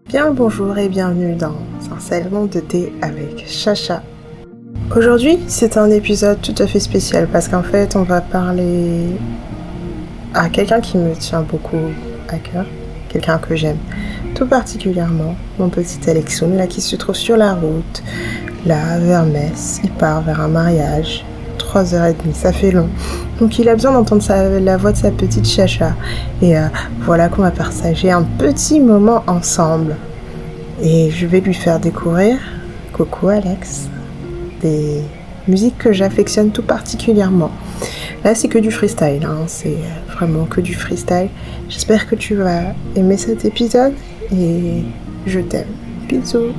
Bien le bonjour et bienvenue dans un salon de thé avec Chacha. Aujourd'hui, c'est un épisode tout à fait spécial parce qu'en fait, on va parler à quelqu'un qui me tient beaucoup à cœur, quelqu'un que j'aime tout particulièrement, mon petit Alexoun là qui se trouve sur la route, là vers Metz, il part vers un mariage, 3h30, ça fait long. Donc il a besoin d'entendre la voix de sa petite Chacha. Et voilà qu'on va partager un petit moment ensemble. Et je vais lui faire découvrir, coucou Alex, des musiques que j'affectionne tout particulièrement. Là c'est que du freestyle, c'est vraiment que du freestyle. J'espère que tu vas aimer cet épisode et je t'aime. Bisous.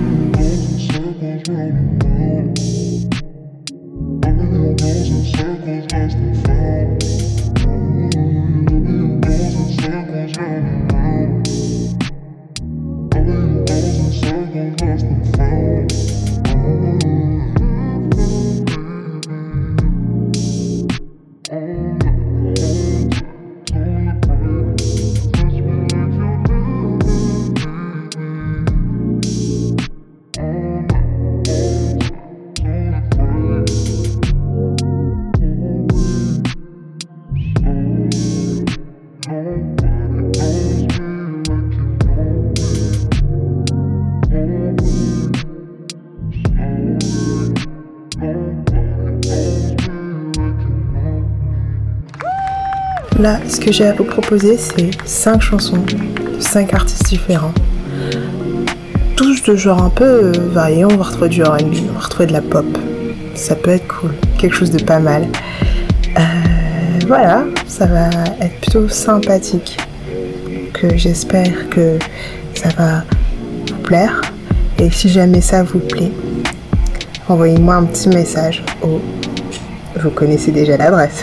Là, ce que j'ai à vous proposer, c'est 5 chansons de 5 artistes différents. Tous de genre un peu variés, on va retrouver du R&B, on va retrouver de la pop. Ça peut être cool, quelque chose de pas mal. Voilà, ça va être plutôt sympathique. Que j'espère que ça va vous plaire. Et si jamais ça vous plaît, envoyez-moi un petit message au... Vous connaissez déjà l'adresse.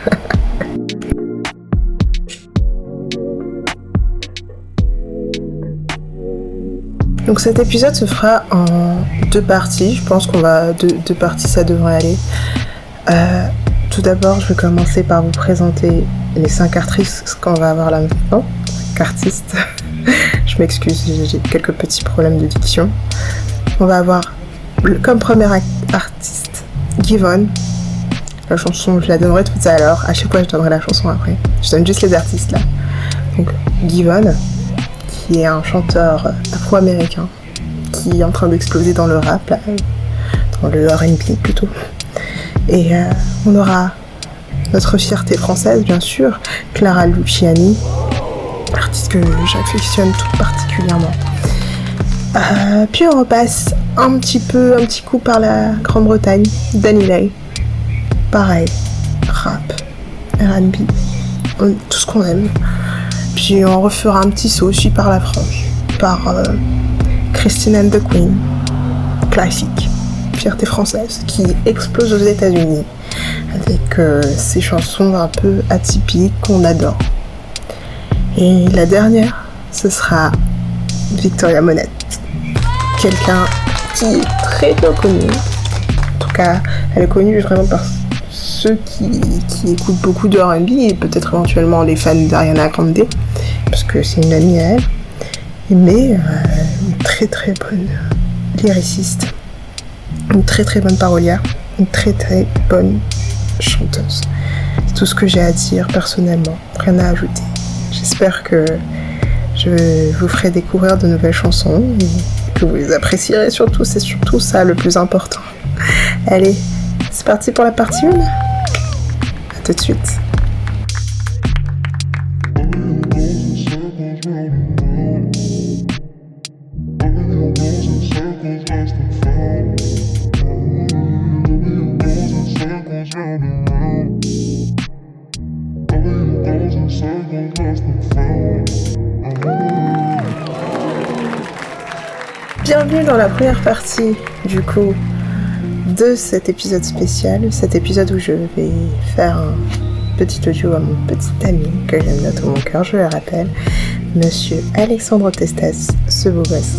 Donc cet épisode se fera en 2 parties. Je pense qu'on va... deux parties, ça devrait aller. Tout d'abord, je vais commencer par vous présenter les 5 artistes qu'on va avoir là maintenant. 5 artistes. Je m'excuse, j'ai quelques petits problèmes de diction. On va avoir comme premier artiste Giveon. La chanson, je la donnerai tout à l'heure. À chaque fois, je donnerai la chanson après. Je donne juste les artistes là. Donc Giveon, qui est un chanteur afro-américain qui est en train d'exploser dans le rap, là, dans le R&B plutôt. Et on aura notre fierté française, bien sûr, Clara Luciani, artiste que j'affectionne tout particulièrement. Puis on repasse un petit coup par la Grande-Bretagne, Danny Lay. Pareil, rap, R&B, tout ce qu'on aime. Puis on refera un petit saut aussi par la France, par Christine and the Queen, classique, fierté française, qui explose aux États-Unis avec ses chansons un peu atypiques qu'on adore. Et la dernière, ce sera Victoria Monet, quelqu'un qui est très peu connu. En tout cas, elle est connue vraiment par ceux qui écoutent beaucoup de R&B et peut-être éventuellement les fans d'Ariana Grande, parce que c'est une amie à elle, mais une très très bonne lyriciste, une très très bonne parolière, une très très bonne chanteuse. C'est tout ce que j'ai à dire personnellement, rien à ajouter. J'espère que je vous ferai découvrir de nouvelles chansons et que vous les apprécierez surtout, c'est surtout ça le plus important. Allez, c'est parti pour la partie 1. À tout de suite. Bienvenue dans la première partie du coup de cet épisode spécial, cet épisode où je vais faire un petit audio à mon petit ami que j'aime de tout mon cœur, je le rappelle, monsieur Alexandre Testas, ce beau gosse.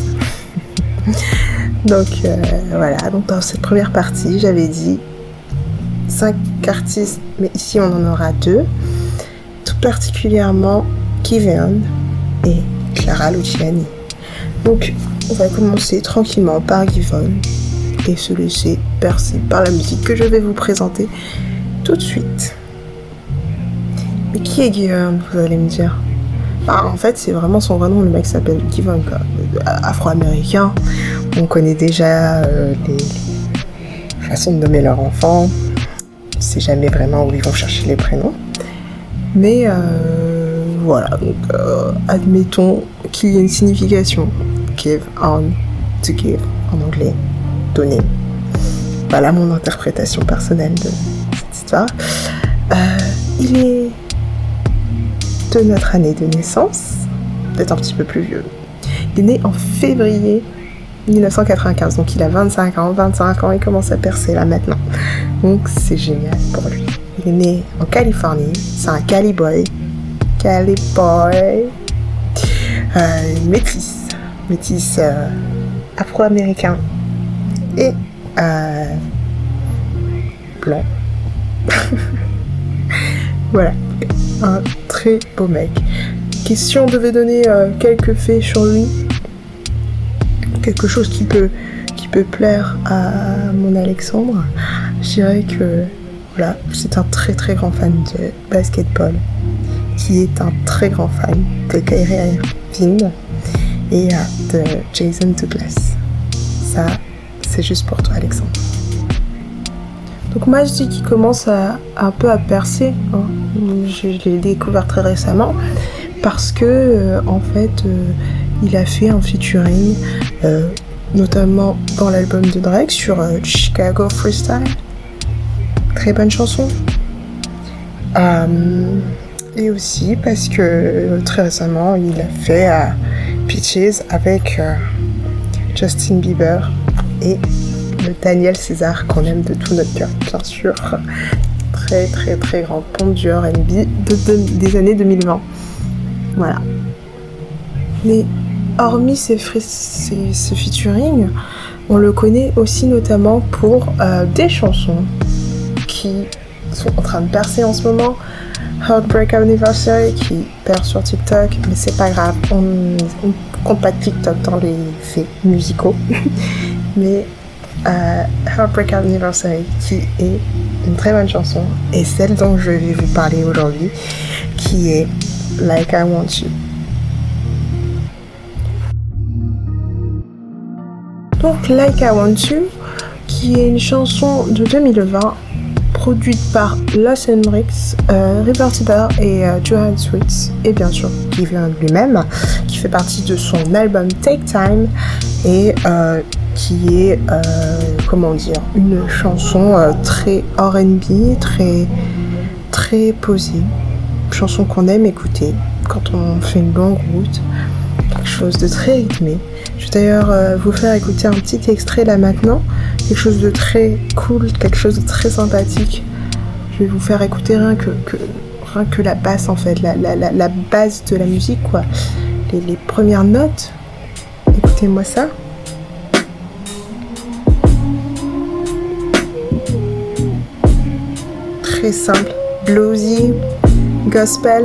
Donc voilà, donc dans cette première partie, j'avais dit 5 artistes, mais ici on en aura 2, tout particulièrement Giveon et Clara Luciani. Donc, on va commencer tranquillement par Giveon et se laisser bercer par la musique que je vais vous présenter tout de suite. Mais qui est Giveon, vous allez me dire? En fait, c'est vraiment son vrai nom, le mec s'appelle Giveon, afro-américain. On connaît déjà les façons de nommer leur enfant. On ne sait jamais vraiment où ils vont chercher les prénoms. Mais voilà, donc admettons qu'il y ait une signification. Give on, to give, en anglais, donner. Voilà mon interprétation personnelle de cette histoire. Il est de notre année de naissance, peut-être un petit peu plus vieux. Il est né en février 1995, donc il a 25 ans, il commence à percer là maintenant. Donc c'est génial pour lui. Il est né en Californie, c'est un Cali boy, métis afro-américain et blanc. Voilà, un très beau mec. Si on devait donner quelques faits sur lui, quelque chose qui peut plaire à mon Alexandre, je dirais que voilà, c'est un très très grand fan de basketball, qui est un très grand fan de Kyrie Irving et de Jason Douglas. Ça, c'est juste pour toi, Alexandre. Donc moi, je dis qu'il commence un peu à percer. Hein. Je l'ai découvert très récemment parce que, en fait, il a fait un featuring, notamment dans l'album de Drake sur Chicago Freestyle. Très bonne chanson. Et aussi parce que très récemment, il a fait Peaches avec Justin Bieber et le Daniel César qu'on aime de tout notre cœur, bien sûr. Très très très grand pont du R&B des années 2020. Voilà. Mais hormis ce featuring, on le connaît aussi notamment pour des chansons qui sont en train de percer en ce moment. Heartbreak Anniversary qui perd sur TikTok, mais c'est pas grave, on compte pas TikTok dans les faits musicaux. Mais Heartbreak Anniversary qui est une très bonne chanson et celle dont je vais vous parler aujourd'hui qui est Like I Want You. Donc Like I Want You qui est une chanson de 2020 produite par Los Hendrix, River Tiber et Johan Sweets et bien sûr Giveon lui-même qui fait partie de son album Take Time et qui est une chanson très R&B, très très posée, une chanson qu'on aime écouter quand on fait une longue route, quelque chose de très rythmé. Je vais d'ailleurs vous faire écouter un petit extrait là maintenant, quelque chose de très cool, quelque chose de très sympathique. Je vais vous faire écouter rien que la basse en fait, la base de la musique quoi, les premières notes. Écoutez-moi ça. Très simple, bluesy, gospel.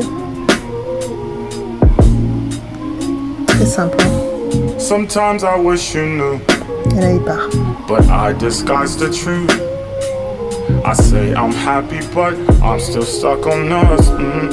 Très simple. Sometimes I wish you knew. Et là il part. But I disguise the truth. I say I'm happy, but I'm still stuck on us.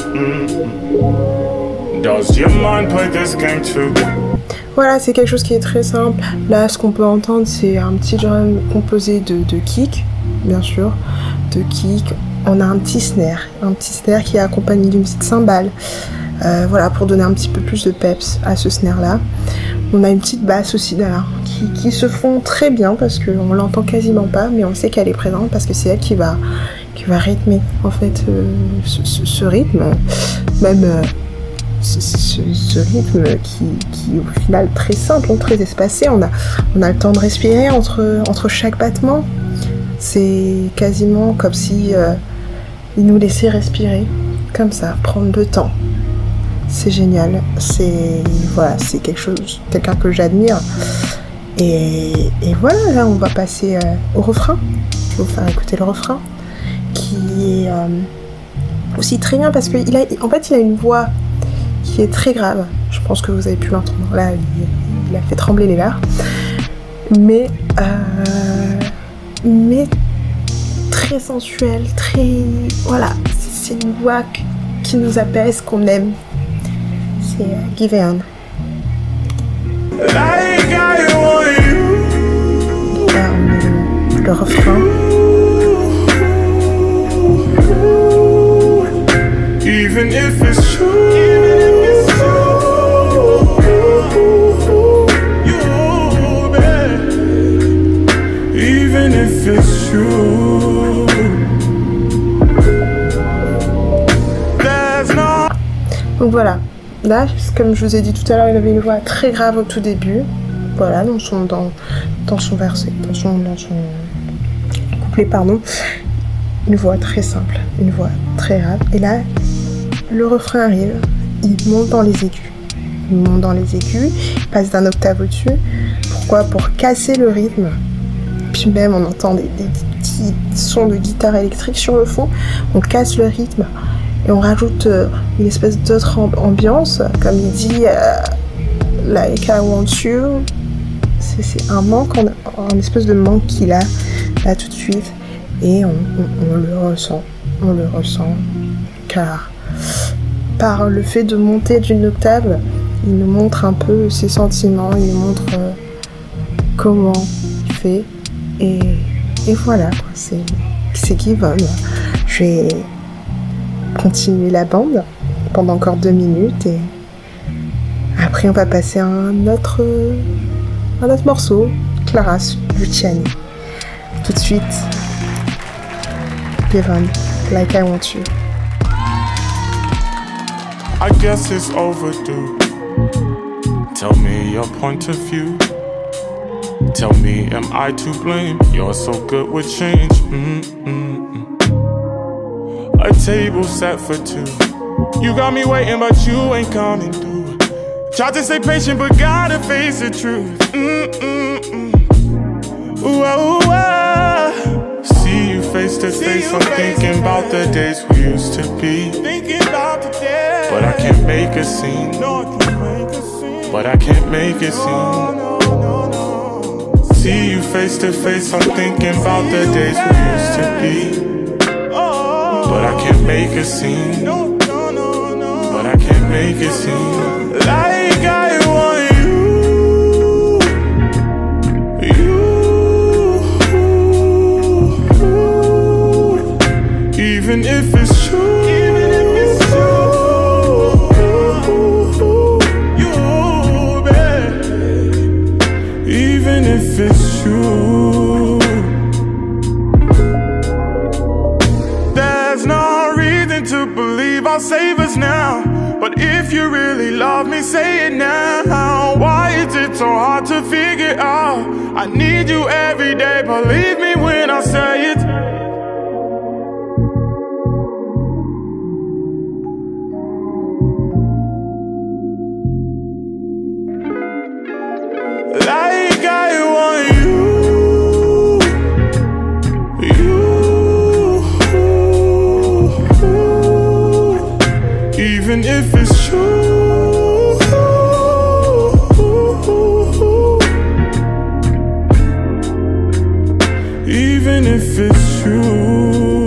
Does your mind play this game too? Voilà, c'est quelque chose qui est très simple. Là, ce qu'on peut entendre, c'est un petit drum composé de kick, bien sûr, de kick. On a un petit snare qui est accompagné d'une petite cymbale. Voilà, pour donner un petit peu plus de peps à ce snare-là. On a une petite basse aussi derrière, qui se fond très bien parce qu'on l'entend quasiment pas, mais on sait qu'elle est présente parce que c'est elle qui va rythmer en fait ce rythme, même ce rythme qui au final très simple, très espacé. On a le temps de respirer entre chaque battement. C'est quasiment comme si il nous laissait respirer comme ça, prendre le temps. C'est génial, c'est quelqu'un que j'admire. Et voilà, là on va passer au refrain. Je vais vous faire écouter le refrain, qui est aussi très bien parce qu'il a une voix qui est très grave. Je pense que vous avez pu l'entendre. Là, il a fait trembler les verres. Mais très sensuelle, très... Voilà, c'est une voix qui nous apaise, qu'on aime. C'est Giveon. Like I want you. Là, on met le refrain. Even if it's true. Even if it's true. There's no... Donc voilà. Là, comme je vous ai dit tout à l'heure, il avait une voix très grave au tout début. Voilà, dans son verset, dans son couplet, pardon. Une voix très simple, une voix très grave. Et là, le refrain arrive, il monte dans les aigus. Il monte dans les aigus, il passe d'un octave au-dessus. Pourquoi ? Pour casser le rythme. Puis même, on entend des petits sons de guitare électrique sur le fond. On casse le rythme. Et on rajoute une espèce d'autre ambiance, comme il dit, like I want you. C'est un manque, un espèce de manque qu'il a là tout de suite. Et on le ressent, car par le fait de monter d'une octave, il nous montre un peu ses sentiments, il nous montre comment il fait. Et voilà, quoi. C'est Giveon. Je vais continuer la bande pendant encore 2 minutes et après on va passer à un autre morceau, Claras Luciani. Tout de suite, Giveon, Like I Want You. I guess it's overdue. Tell me your point of view. Tell me, am I to blame? You're so good with change. A table set for 2. You got me waiting, but you ain't coming through. Tried to stay patient, but gotta face the truth. Ooh, ooh, see you face to face. I'm thinking about the days we used to be. But I can't make a scene. But I can't make a scene. See you face to face. I'm thinking about the days we used to be. But I can't make a scene. But I can't make a scene. Like I want you. Even if it's true. You, babe. Even if it's true. To believe I'll save us now. But if you really love me, say it now. Why is it so hard to figure out? I need you every day, believe me when I say it. Like I want you. Even if it's true. Even if it's true.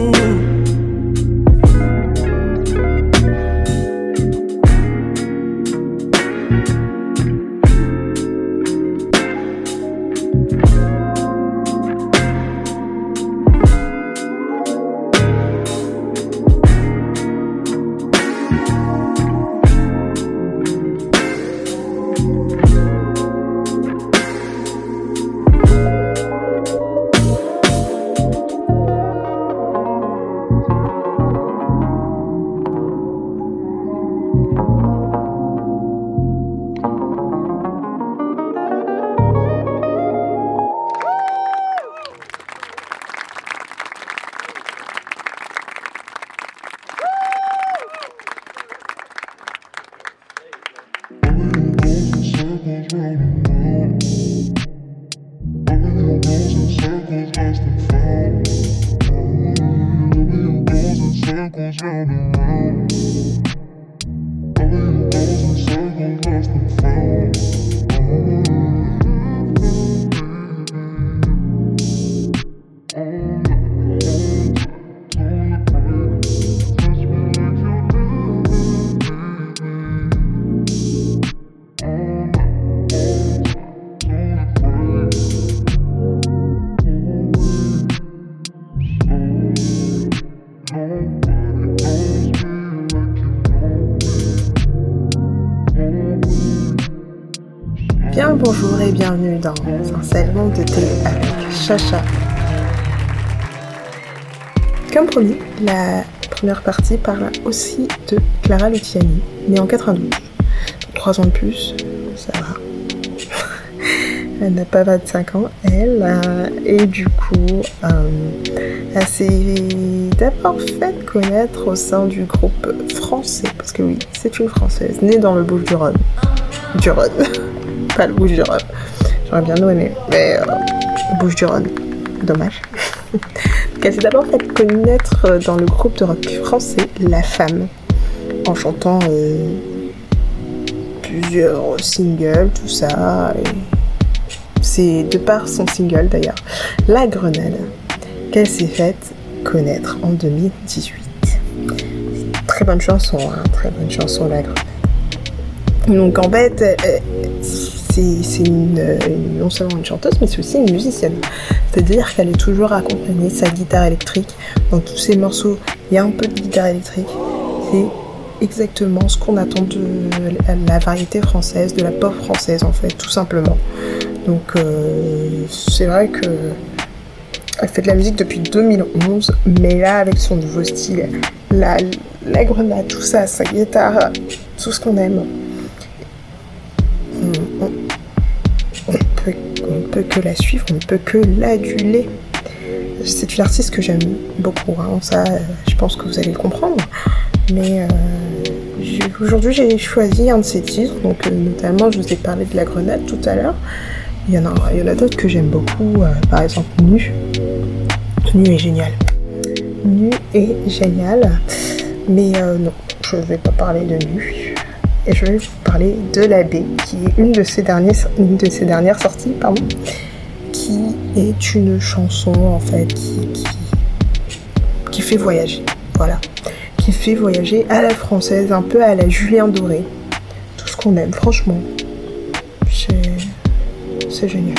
Bien bonjour et bienvenue dans un salon de thé avec Chacha. Comme promis, la première partie parle aussi de Clara Luciani, née en 92. 3 ans de plus, ça va. Elle n'a pas 25 ans, elle. Et du coup, elle s'est d'abord fait connaître au sein du groupe français. Parce que oui, c'est une Française, née dans le Bouches-du-Rhône. Pas le Bouches-du-Rhône. J'aurais bien aimé, mais Bouches-du-Rhône. Dommage. Donc elle s'est d'abord fait connaître dans le groupe de rock français La Femme, en chantant plusieurs singles, tout ça. Et c'est de par son single d'ailleurs, La Grenade, qu'elle s'est faite connaître en 2018. Très bonne chanson, La Grenade. Donc en fait, c'est non seulement une chanteuse, mais c'est aussi une musicienne. C'est-à-dire qu'elle est toujours accompagnée de sa guitare électrique. Dans tous ses morceaux, il y a un peu de guitare électrique. C'est exactement ce qu'on attend de la variété française, de la pop française en fait, tout simplement. Donc c'est vrai que elle fait de la musique depuis 2011, mais là avec son nouveau style, la grenade, tout ça, sa guitare, tout ce qu'on aime. On ne peut que la suivre, on ne peut que l'aduler. C'est une artiste que j'aime beaucoup, hein. Ça je pense que vous allez le comprendre. Mais aujourd'hui j'ai choisi un de ses titres, donc notamment je vous ai parlé de La Grenade tout à l'heure. Il y en a d'autres que j'aime beaucoup, par exemple Nu. Nu est génial. Nu est génial, mais non, je ne vais pas parler de Nu. Et je vais vous parler de L'Abbé, qui est une de ses dernières sorties, qui est une chanson en fait qui fait voyager, voilà, qui fait voyager à la française, un peu à la Julien Doré, tout ce qu'on aime, franchement, c'est génial.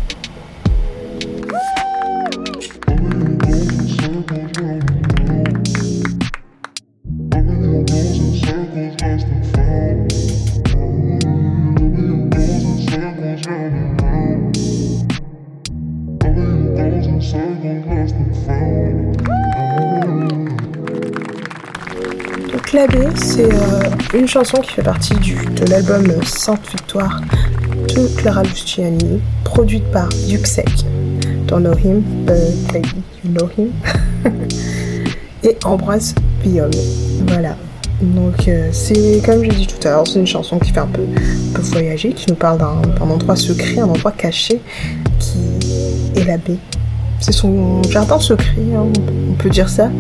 Donc L'Abbé, c'est une chanson qui fait partie de l'album Sainte Victoire de Clara Luciani, produite par Yuxek. Don't know him, but maybe you know him. Et Ambroise Guillaume. Voilà. Donc c'est, comme j'ai dit tout à l'heure, c'est une chanson qui fait un peu voyager, qui nous parle d'un endroit secret, un endroit caché, qui est l'Abbé. C'est son jardin secret, hein, on peut dire ça.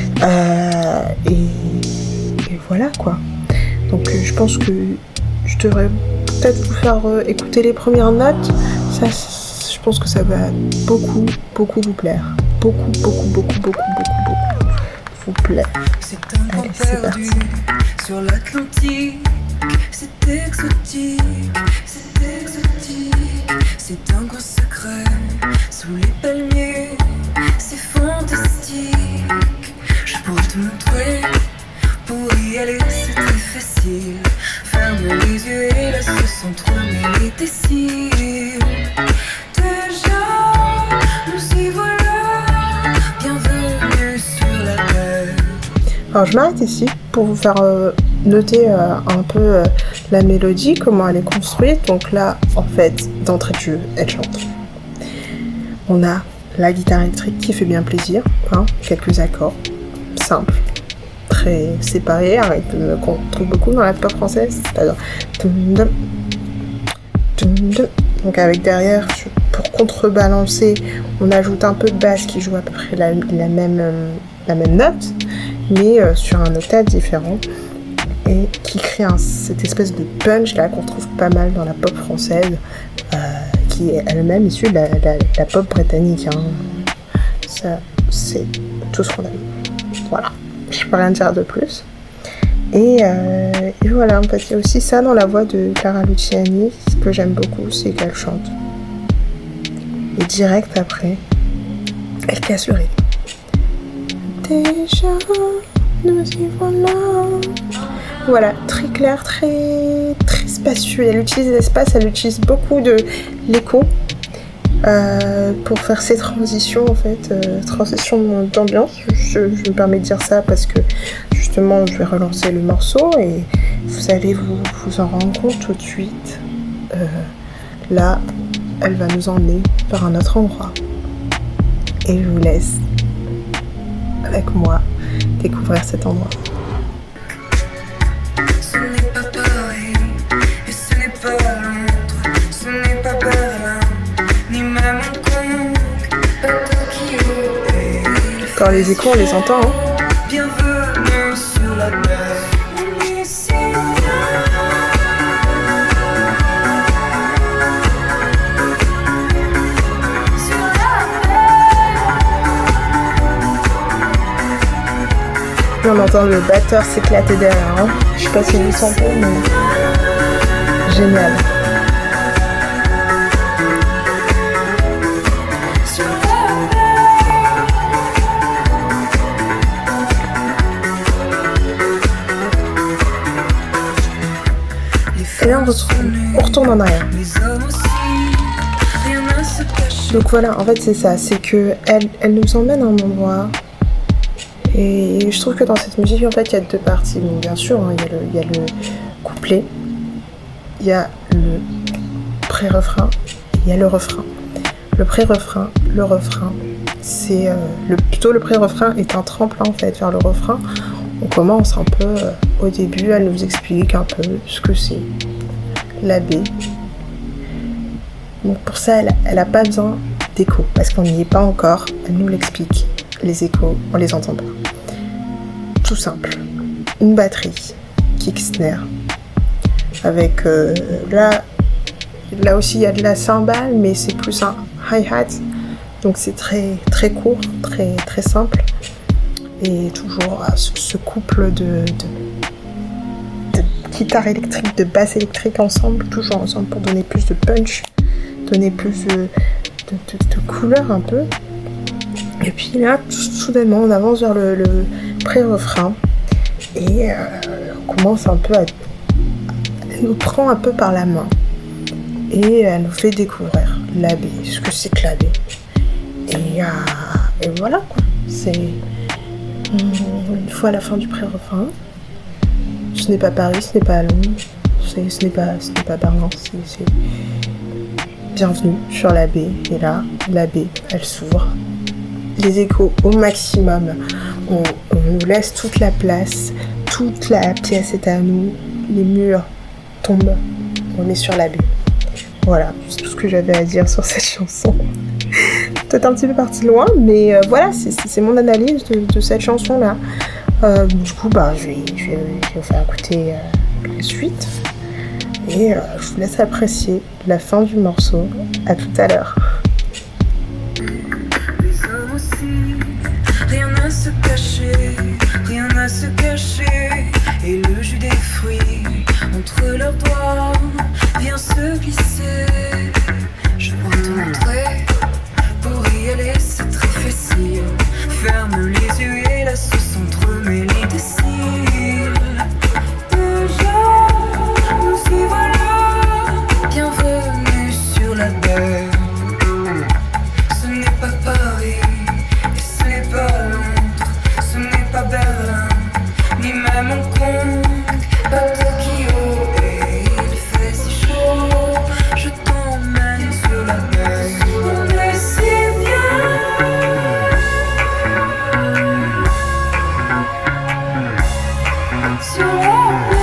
Et voilà quoi. Donc je pense que je devrais peut-être vous faire écouter les premières notes. Ça, je pense que ça va beaucoup vous plaire. Beaucoup vous plaire. Allez, c'est parti. Sur l'Atlantique, c'est exotique. C'est un gros secret sous les palmiers, c'est fantastique. Je pourrais te montrer, pour y aller c'est très facile. Ferme les yeux et laisse s'entremêler tes cils. Déjà, nous y voilà, bienvenue sur la terre. Alors je m'arrête ici pour vous faire noter un peu la mélodie, comment elle est construite. Donc là, en fait, d'entrée de jeu, elle chante. On a la guitare électrique qui fait bien plaisir, hein, quelques accords simples, très séparés, un rythme qu'on trouve beaucoup dans la pop française, c'est-à-dire donc avec derrière, pour contrebalancer, on ajoute un peu de basse qui joue à peu près la même note, mais sur un octave différent. et qui crée cette espèce de punch là qu'on trouve pas mal dans la pop française, qui est elle-même issue de la pop britannique. Hein. Ça, c'est tout ce qu'on a vu. Voilà, je peux rien dire de plus. Et voilà, en fait, il y a aussi ça dans la voix de Clara Luciani. Ce que j'aime beaucoup, c'est qu'elle chante. Et direct après, elle casse le rythme. Déjà, nous y voilà. Voilà, très clair, très, très spacieux. Elle utilise l'espace, elle utilise beaucoup de l'écho pour faire ces transitions, en fait, transitions d'ambiance. Je me permets de dire ça parce que justement, je vais relancer le morceau et vous allez vous en rendre compte tout de suite. Là, elle va nous emmener vers un autre endroit. Et je vous laisse avec moi découvrir cet endroit. Ce n'est pas Paris, et ce n'est pas Londres, ce n'est pas Berlin, ni même Hong Kong, pas Tokyo. Quand les échos, on les entend, hein. Bienvenue sur la terre. On entend le batteur s'éclater derrière, hein. Je sais pas si vous le sentez, mais génial. Et là on retourne en arrière. Donc voilà, en fait c'est ça, c'est que elle nous emmène à un endroit. Et je trouve que dans cette musique, en fait, il y a deux parties. Donc, bien sûr, hein, il y a le couplet, il y a le pré-refrain, il y a le refrain. Le pré-refrain, le refrain, c'est plutôt le pré-refrain est un tremplin en fait vers le refrain. On commence un peu au début, elle nous explique un peu ce que c'est l'abbé. Donc pour ça, elle n'a pas besoin d'écho parce qu'on n'y est pas encore. Elle nous l'explique. Les échos, on les entend pas. Tout simple. Une batterie, kick snare, avec là aussi il y a de la cymbale, mais c'est plus un hi-hat, donc c'est très très court, très très simple, et toujours ce couple de guitare électrique, de basse électrique ensemble, toujours ensemble pour donner plus de punch, donner plus de couleur un peu. Et puis là, soudainement, on avance vers le pré-refrain et on commence un peu elle nous prend un peu par la main et elle nous fait découvrir l'abbé, ce que c'est que l'abbé. Et voilà quoi, c'est une fois à la fin du pré-refrain. Ce n'est pas Paris, ce n'est pas Londres, ce n'est pas Berlin, c'est bienvenue sur la baie. Et là, la baie, elle s'ouvre. Les échos au maximum. On nous laisse toute la place, toute la pièce est à nous, les murs tombent, on est sur la baie. Voilà, c'est tout ce que j'avais à dire sur cette chanson. Peut-être un petit peu parti loin, mais voilà, c'est mon analyse de cette chanson-là. Du coup, je vais vous faire écouter la suite. Et je vous laisse apprécier la fin du morceau. À tout à l'heure. Rien à se cacher, rien à se cacher. Et le jus des fruits entre leurs doigts vient se glisser. Je peux te montrer, pour y aller c'est très facile. Ferme les yeux et laisse s'entremêler des cils. Déjà, nous y voilà, bienvenue sur la terre. Ce n'est pas Paris. Ce n'est pas Berlin, ni même Hong Kong, pas Tokyo. Et il fait si chaud, je t'emmène sur la mer. On est si bien sur la mer.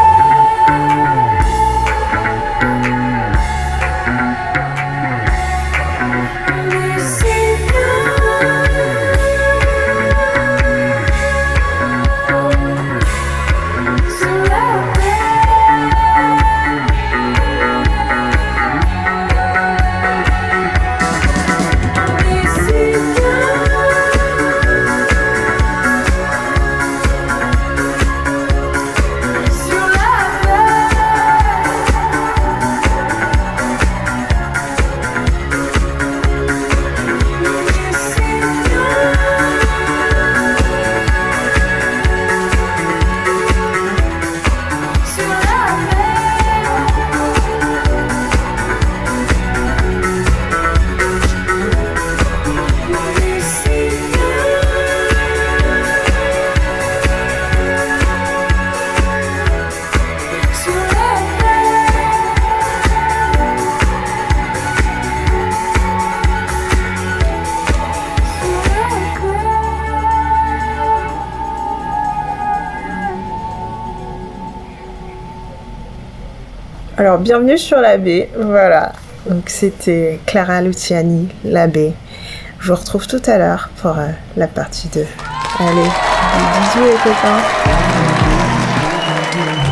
On est si so Alors, bienvenue sur la baie, voilà. Donc, c'était Clara Luciani, la baie. Je vous retrouve tout à l'heure pour la partie 2. Allez, bisous les copains.